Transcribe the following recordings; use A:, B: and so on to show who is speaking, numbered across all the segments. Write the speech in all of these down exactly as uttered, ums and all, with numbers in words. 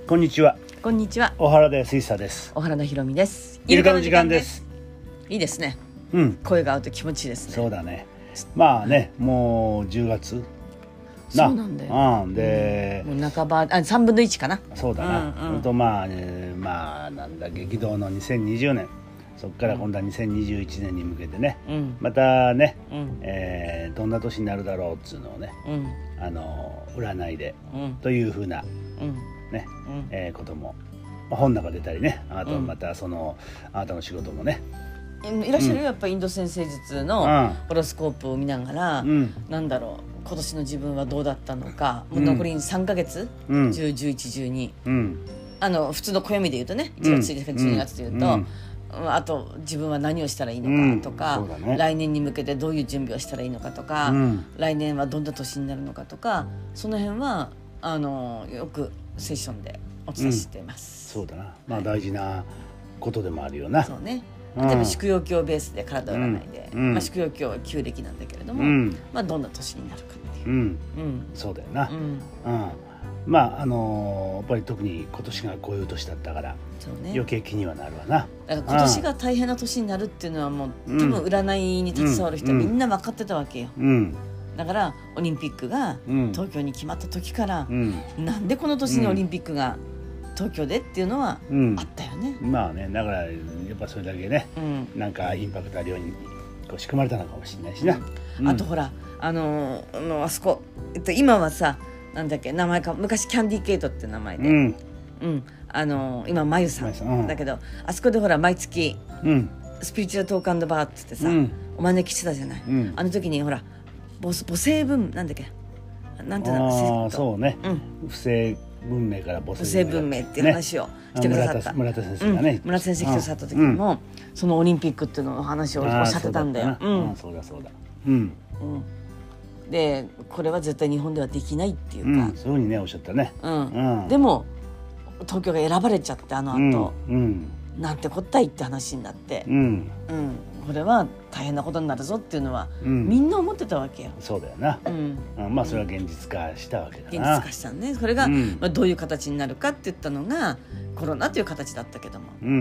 A: こんにちは。
B: こんにちは。
A: 小原でスイサです。
B: 小原田ひろみです。
A: イルカの時間です。
B: いいですね。
A: うん。
B: 声が合うと気持ちいいですね。
A: そうだね。まあね、もうじゅうがつ。
B: そうなんだよ。
A: うん、で、
B: もう半ばあさんぶんのいちかな。
A: そうだな。
B: うんうん、
A: とまあ、ね、まあなんだ激動のにせんにじゅうねん。そこから今度はにせんにじゅういちねんに向けてね、うん、またね、うん、えー、どんな年になるだろうっつうのをね、うん、あの占いで、うん、というふうな、うん、ね、うん、えー、ことも、まあ、本なんか出たりね、あとまたその、うん、あなたの仕事もね
B: いらっしゃるよ、うん、やっぱりインド占星術のホロスコープを見ながら、うん、なんだろう今年の自分はどうだったのか、もう残りさんかげつ、うん、じゅう、じゅういち、じゅうに、うん、あの普通の暦で言うとねいちがつついたちからじゅうにがつで言うと、うんうん、あと自分は何をしたらいいのかとか、うんね、来年に向けてどういう準備をしたらいいのかとか、うん、来年はどんな年になるのかとか、その辺はあのよくセッションでお伝えしています、
A: うん、そうだな、まあ、大事なことでもあるよな、はい、
B: そうね。例えば宿陽鏡ベースで体占いで、うん、まあ、宿陽鏡は旧暦なんだけれども、うん、まあ、どんな年になるかっていう、うんうん、
A: そうだよな、うんうん、まああのー、やっぱり特に今年がこういう年だったから、そうね、余計気にはなるわな。
B: だから今年が大変な年になるっていうのはもう、うん、多分占いに携わる人はみんな分かってたわけよ、うん、だからオリンピックが東京に決まった時から、うん、なんでこの年にオリンピックが東京でっていうのはあったよね、
A: うん、まあね、だからやっぱそれだけね、うん、なんかインパクトあるようにこう仕組まれたのかもしれないしな、
B: うん、あとほらあのー、あそこ、えっと、今はさなんだっけ名前か、昔キャンディーケイトって名前で、うんうん、あのー、今まゆさん、うん、だけどあそこでほら毎月、うん、スピリチュアルトーク&バーって言ってさ、うん、お招きしてたじゃない、うん、あの時にほら母性文なんだっけなんていうの、
A: あそうね、うん、不正文明から母
B: 性文明っていう話をしてくださった、
A: ね、村田先生がね、うん、
B: 村田先生来てくださった時にも、うん、そのオリンピックっていうのの話をおっしゃってたんだよ。
A: そうだそうだ、うん
B: うん、でこれは絶対日本ではできないっていうか、
A: うん、そういうふうにねおっしゃったね、
B: うんうん、でも東京が選ばれちゃってあの後、うんうん、なんてこったいって話になって、うんうん、これは大変なことになるぞっていうのは、うん、みんな思ってたわけよ。
A: そうだよな、うんうん、まあそれは現実化したわけだな。
B: 現実化したね。それが、うんまあ、どういう形になるかって言ったのがコロナという形だったけども、うんうん、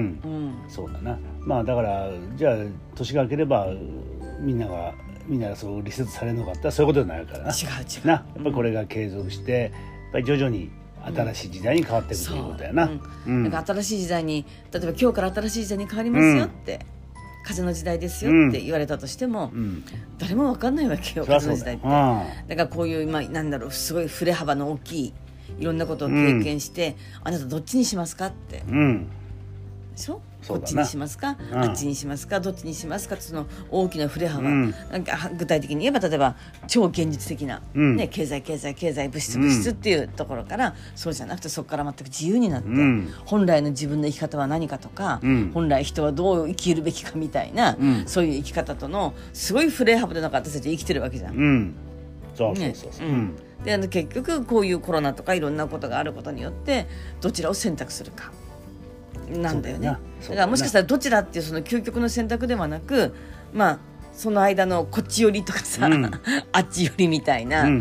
A: そうだな。まあだからじゃあ年が明ければみんながみんながそうリセットされるのかってそういうことじゃないからな。
B: 違う違う
A: な。やっぱりこれが継続して、やっぱり徐々に新しい時代に変わっていくということやな。
B: うんうん、なんか新しい時代に例えば今日から新しい時代に変わりますよって、うん、風の時代ですよって言われたとしても、うん、誰も分かんないわけよ、風の時代って。だからこういう、まあ、なんだろうすごい振れ幅の大きいいろんなことを経験して、うん、あなたどっちにしますかって、うん、でしょこっちにしますか、うん、あっちにしますか、どっちにしますかってその大きな振れ幅、うん、なんか具体的に言えば例えば超現実的な、うんね、経済経済経済物質物質っていうところから、うん、そうじゃなくてそこから全く自由になって、うん、本来の自分の生き方は何かとか、うん、本来人はどう生きるべきかみたいな、うん、そういう生き方とのすごい振れ幅でなんか私たち生きてるわけじゃん、うん、
A: そうそうそうそう、ね、うん
B: であの結局こういうコロナとかいろんなことがあることによってどちらを選択するかなんだよね。だからもしかしたらどちらっていうその究極の選択ではなく、まあその間のこっち寄りとかさ、うん、あっち寄りみたいな、うん、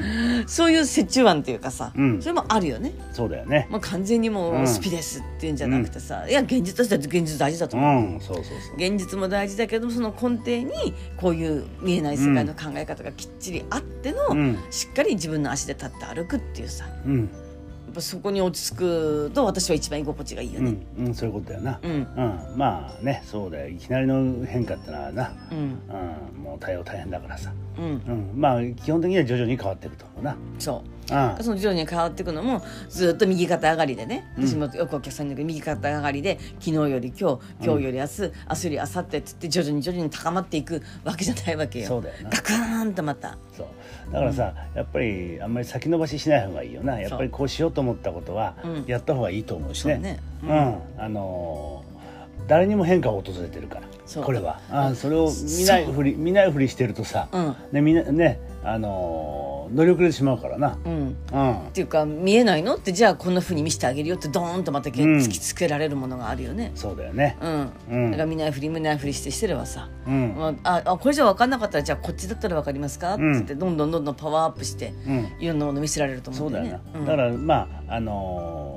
B: そういう折衷案というかさ、うん、それもあるよね。
A: そうだよね。
B: もう完全にもうスピですっていうんじゃなくてさ、うん、いや現実としては現実大事だと思う、うん、そうそうそう現実も大事だけどその根底にこういう見えない世界の考え方がきっちりあっての、うん、しっかり自分の足で立って歩くっていうさ、うんやっぱそこに落ち着くと私は一番居心地がいいよね、
A: うんうん、そういうことだよな、うんうん、まあねそうだよいきなりの変化ってのはな、うんうん、もう対応大変だからさ、うんうん、まあ基本的には徐々に変わっていくと思うな。そうああそ
B: の徐々に変わっていくのもずっと右肩上がりでね、私もよくお客さんに言うけど右肩上がりで昨日より今日今日より明日、うん、明日より明後日って言って徐々に徐々に高まっていくわけじゃないわけよ。
A: そうだよな。
B: ガクーンとまた
A: そうだからさ、うん、やっぱりあんまり先延ばししない方がいいよな。やっぱりこうしようと思ったことはやった方がいいと思うしね。そうね、うん、うん、あのー、誰にも変化を訪れてるからこれはあそれを見ないふり見ないふりしてるとさ、うん、ねみんなねあのー乗り遅れてしまうからな、うん
B: うん、っていうか見えないのってじゃあこんな風に見せてあげるよってドーンとまた突きつけられるものがあるよね、
A: うん、そうだよね、うん
B: うん、だから見ないふり見ないふりしてしてればさ、うんまあ、あこれじゃ分かんなかったらじゃあこっちだったら分かりますか、うん、って言ってどんどんどんどんパワーアップして、うん、いろんなもの見せられると思うんだよね。
A: そうだよな、うん、だからまああの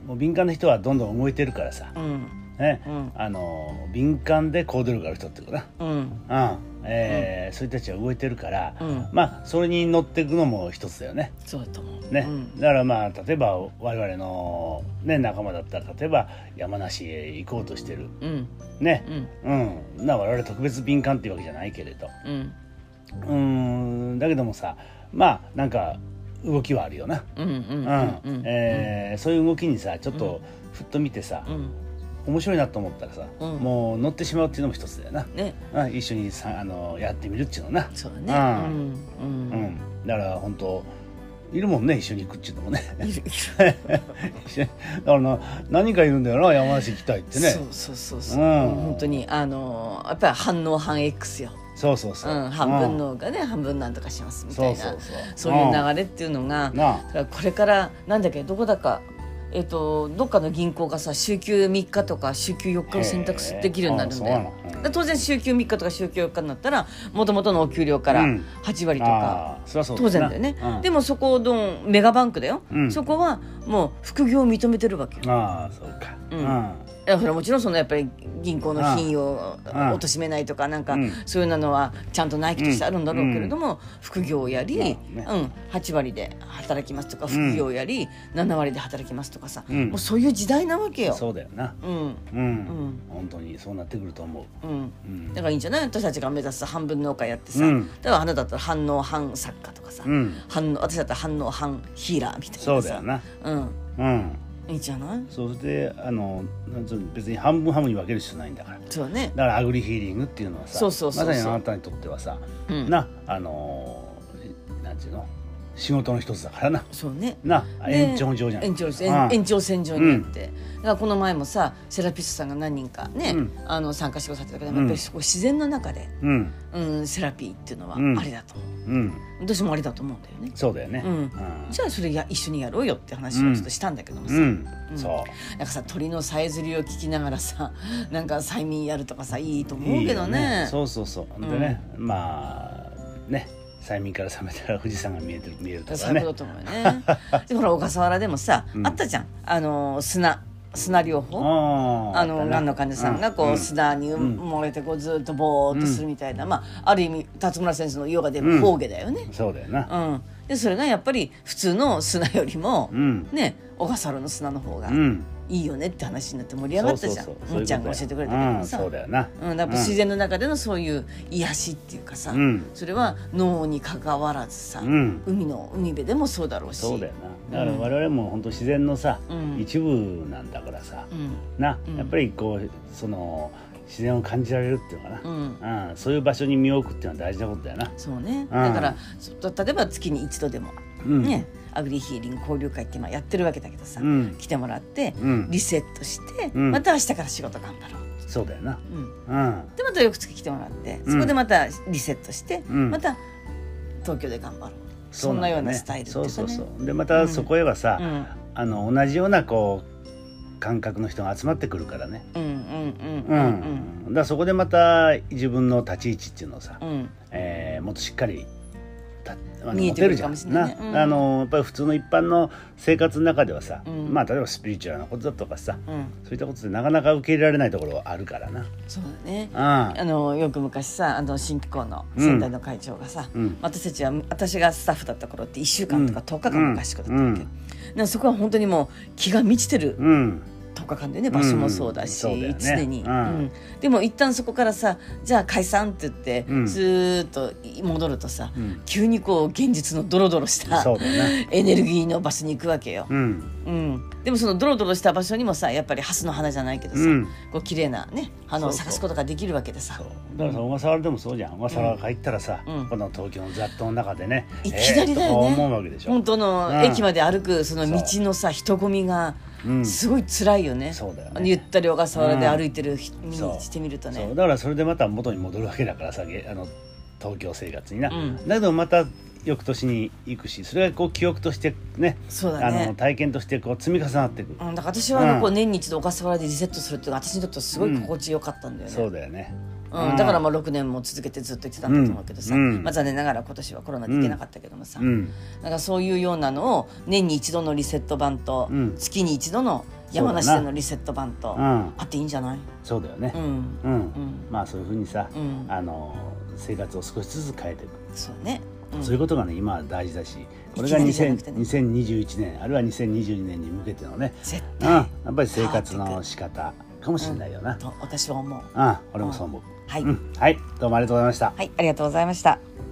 A: もう敏感な人はどんどん動いてるからさ、
B: うん
A: ね、
B: うん、
A: あの敏感で行動力がある人っていうかな、
B: うんうん
A: えーうん、そういう人たちは動いてるから、
B: うん、
A: まあそれに乗っていくのも一つだよね。
B: そうだと思う、
A: ね、
B: うん、
A: だからまあ例えば我々の、ね、仲間だったら例えば山梨へ行こうとしてる、
B: うん、
A: ね、
B: うん、
A: うん、だから我々特別敏感っていうわけじゃないけれど、
B: うん、
A: うーんだけどもさ、まあなんか動きはあるよな、
B: うんうん
A: うんえー、そういう動きにさちょっとふっと見てさ、うん、面白いなと思ったらさ、うん、もう乗ってしまうっていうのも一つだよな、ね、うん、一緒にさあのやってみるっていうのな。
B: そうだね、
A: うんうんうん、だから本当いるもんね、一緒に行くっていうのもねだからな何かいるんだよな、山梨行きたいってね。
B: そうそうそうそう、うん、本当にあのやっぱり反応反 X よ。
A: そうそうそう、
B: うん、半分のがね、うん、半分なんとかしますみたいな、そうそうそう、そういう流れっていうのが、うん、だからこれからなんだっけどこだかえー、とどっかの銀行がさ週休みっかとか週休よっかを選択できるようになるんだよ、うん、当然週休みっかとか週休よっかになったらもともとのお給料からはちわりとか、うん、当然だよね、うん、でもそこのメガバンクだよ、うん、そこはもう副業を認めてるわけよ。
A: ああそうか、うんうん
B: いやそれはもちろんそのやっぱり銀行の品位を貶めないとかなんかそういうのはちゃんと内規としてあるんだろうけれども、副業をやり、うん、はちわりで働きますとか副業をやりななわりで働きますとかさ、もうそういう時代なわけよ。
A: そうだよな、うんうん本当にそうなってくると思う、うん
B: だからいいんじゃない、私たちが目指す半分農家やってさ、だからあなただったら反応反作家とかさ、反応私だったら反応反ヒーラーみたいなさ、
A: そうだよな、
B: うんうんいいじゃない。
A: それであの別に半分半分に分ける必要ないんだから。
B: そうね。
A: だからアグリヒーリングっていうのはさ、
B: そうそうそうそう、
A: まさにあなたにとってはさ、うん、なあのなんていうの仕事の一つだからな。
B: そうね。
A: な延長上じゃん。
B: 延長延長線上にあって、うん、だからこの前もさセラピストさんが何人かね、うん、あの参加してくださってたけど、うん、やっぱりそこ自然の中で、うんうん、セラピーっていうのはありだと思う。うん、私もありだと思うんだよね。
A: そうだよね。うん
B: うん、じゃあそれや一緒にやろうよって話をちょっとしたんだけどもさ、うんうん、そうなんかさ鳥のさえずりを聞きながらさなんか催眠やるとかさいいと思うけど ね, いいね。
A: そうそうそう。でね、うん、まあね催眠から覚めたら富士山が見えてる見えるとかね。
B: そういうことと思うよね。でほら小笠原でもさ、うん、あったじゃんあの砂。砂療法あのがんの患者さんがこう、うん、砂に埋もれてこうずっとボーっとするみたいな、うん、まあある意味辰村先生のヨガでも法下だよね、
A: うん、そうだよな、
B: うん、でそれがやっぱり普通の砂よりも、うん、ね小笠原の砂の方がいいよねって話になって盛り上がったじゃん。もっちゃんが教えてくれたけどさ、
A: そうだよな、
B: うん、だから自然の中でのそういう癒しっていうかさ、うん、それは脳に関わらずさ、うん、海の海辺でもそうだろうし。
A: そうだよな。だから我々も本当自然のさ、うん、一部なんだからさ、うん、なやっぱりこうその自然を感じられるっていうのかな、うんうん、そういう場所に身を置くっていうのは大事なことだよな。
B: そうね、うん、だから例えば月に一度でも、うん、ねアグリヒーリング交流会って今やってるわけだけどさ、うん、来てもらって、うん、リセットして、うん、また明日から仕事頑張ろう。
A: そうだよな、
B: うんうん、でまた翌月来てもらってそこでまたリセットして、うん、また東京で頑張ろう。そんなようなスタイルっていうかね。そうそうそう。でまたそこへはさ、うん、あの同じようなこう感覚の人が集まってくるからね。うんうんうんうんうん。だからそこでまた自分の立ち位置っていうのをさ、うんえー、もっとしっかり見えてくるかもしれないね。
A: なあのやっぱり普通の一般の生活の中ではさ、うん、まあ例えばスピリチュアルなことだとかさ、うん、そういったことでなかなか受け入れられないところはあるからな。
B: そうだね。あのよく昔さあの新機構の仙台の会長がさ、うん、私たちは私がスタッフだった頃っていっしゅうかんとかとおかかんの合宿だったわけ、うんうん、そこは本当にもう気が満ちてる。うんとおかかんでね場所もそうだし、うんだね、常に、うんうん、でも一旦そこからさじゃあ解散って言って、うん、ずーっと戻るとさ、うん、急にこう現実のドロドロしたエネルギーの場所に行くわけよ、うんうん、でもそのドロドロした場所にもさやっぱりハスの花じゃないけどさ、うん、こう綺麗なね花を咲かすことができるわけでさ。
A: そうそうだからさ小笠原でもそうじゃん。小笠原が帰ったらさ、うん、この東京の雑踏の中でね、
B: いきなりだよね、
A: えー、思うわけでしょ。
B: 本当の駅まで歩くその道のさ人混みがすごい辛いよね。そうだよね。ゆったり小笠原で歩いてる人にしてみるとね、
A: そうそうだからそれでまた元に戻るわけだからさあの東京生活にな、うん、だけどまた翌年に行くしそれがこう記憶としてね、そうだねあの体験としてこう積み重なっていく、
B: うん、だから私はあのこう年に一度小笠原でリセットするっていうのが私にとってはすごい心地よかったんだよね、
A: うん、そうだよね、
B: うん、だからまあろくねんも続けてずっと言ってたんだと思うけどさ、うんまあ、残念ながら今年はコロナで行けなかったけどもさ、うん、だからそういうようなのを年に一度のリセット版と月に一度の山梨でのリセット版とあっていいんじゃない？
A: そうだよね。うん、うん、まあそういうふうにさ、あの生活を少しずつ変えていく。
B: そうね。
A: そういうことがね今は大事だし、これがにせんにじゅういちねんあるいはにせんにじゅうにねんに向けてのね、
B: 絶対、
A: うん、やっぱり生活の仕方かもしれないよな。
B: と私は思う。
A: うん、俺もそう思う。
B: はい、
A: はい、どうもありがとうございました。
B: はい、ありがとうございました。